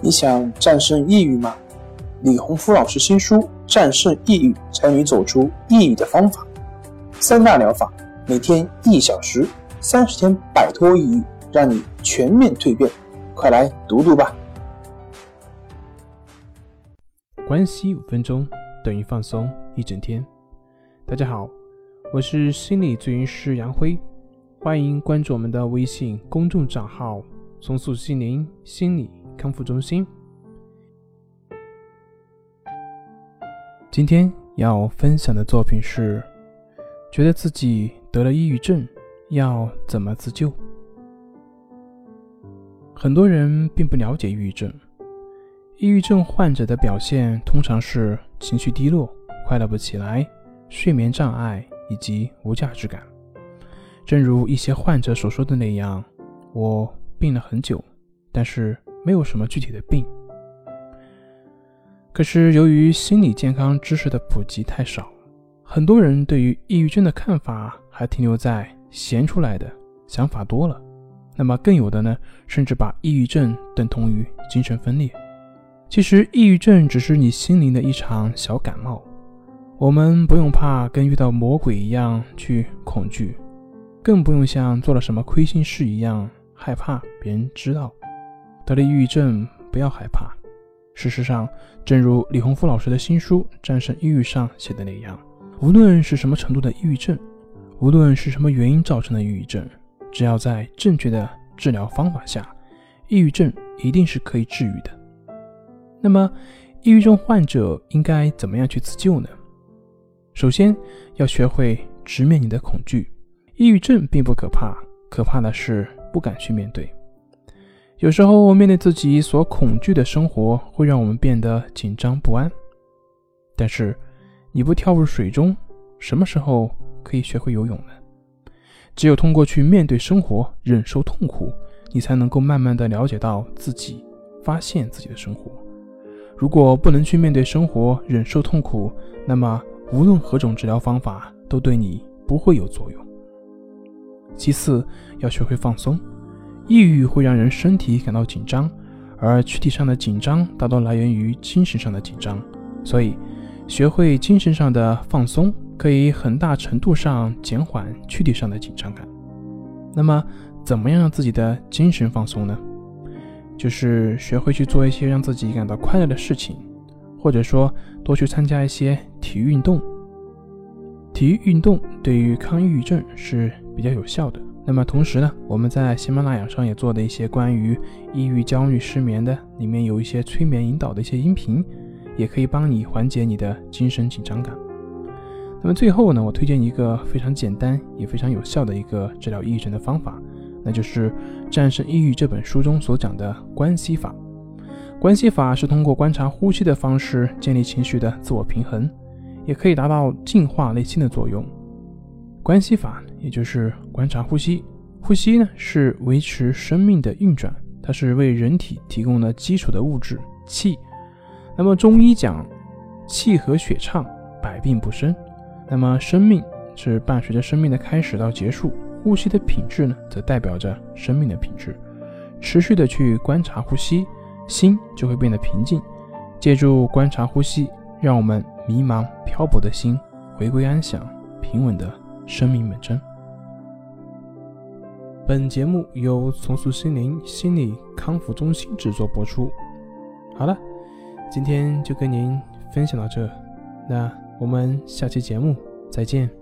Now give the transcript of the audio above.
你想战胜抑郁吗？李洪福老师新书《战胜抑郁，教你走出抑郁的方法》，3大疗法，每天1小时，30天摆脱抑郁，让你全面蜕变。快来读读吧。 关系5分钟等于放松1整天。大家好，我是心理咨询师杨辉，欢迎关注我们的微信公众账号重塑心灵心理康复中心。今天要分享的作品是，觉得自己得了抑郁症，要怎么自救？很多人并不了解抑郁症。抑郁症患者的表现通常是情绪低落、快乐不起来、睡眠障碍以及无价值感。正如一些患者所说的那样，我病了很久，但是没有什么具体的病。可是由于心理健康知识的普及太少，很多人对于抑郁症的看法还停留在闲出来的，想法多了。那么更有的呢，甚至把抑郁症等同于精神分裂。其实抑郁症只是你心灵的一场小感冒，我们不用怕跟遇到魔鬼一样去恐惧，更不用像做了什么亏心事一样害怕别人知道。得了抑郁症不要害怕，事实上正如李洪福老师的新书《战胜抑郁》上写的那样，无论是什么程度的抑郁症，无论是什么原因造成的抑郁症，只要在正确的治疗方法下，抑郁症一定是可以治愈的。那么抑郁症患者应该怎么样去自救呢？首先要学会直面你的恐惧。抑郁症并不可怕，可怕的是不敢去面对。有时候面对自己所恐惧的生活会让我们变得紧张不安，但是你不跳入水中，什么时候可以学会游泳呢？只有通过去面对生活，忍受痛苦，你才能够慢慢的了解到自己，发现自己的生活。如果不能去面对生活，忍受痛苦，那么无论何种治疗方法都对你不会有作用。其次，要学会放松。抑郁会让人身体感到紧张，而躯体上的紧张大多来源于精神上的紧张，所以学会精神上的放松可以很大程度上减缓躯体上的紧张感。那么怎么样让自己的精神放松呢？就是学会去做一些让自己感到快乐的事情，或者说多去参加一些体育运动。体育运动对于抗抑郁症是比较有效的。那么同时呢，我们在喜马拉雅上也做的一些关于抑郁、焦虑、失眠的，里面有一些催眠引导的一些音频，也可以帮你缓解你的精神紧张感。那么最后呢，我推荐一个非常简单也非常有效的一个治疗抑郁症的方法，那就是《战胜抑郁》这本书中所讲的关系法。关系法是通过观察呼吸的方式建立情绪的自我平衡，也可以达到净化内心的作用。关系法也就是观察呼吸，呼吸呢是维持生命的运转，它是为人体提供了基础的物质气。那么中医讲气和血畅，百病不生。那么生命是伴随着生命的开始到结束，呼吸的品质呢则代表着生命的品质。持续的去观察呼吸，心就会变得平静。借助观察呼吸，让我们迷茫漂泊的心回归安详，平稳的生命本真。本节目由重塑心灵心理康复中心制作播出。好了，今天就跟您分享到这，那我们下期节目再见。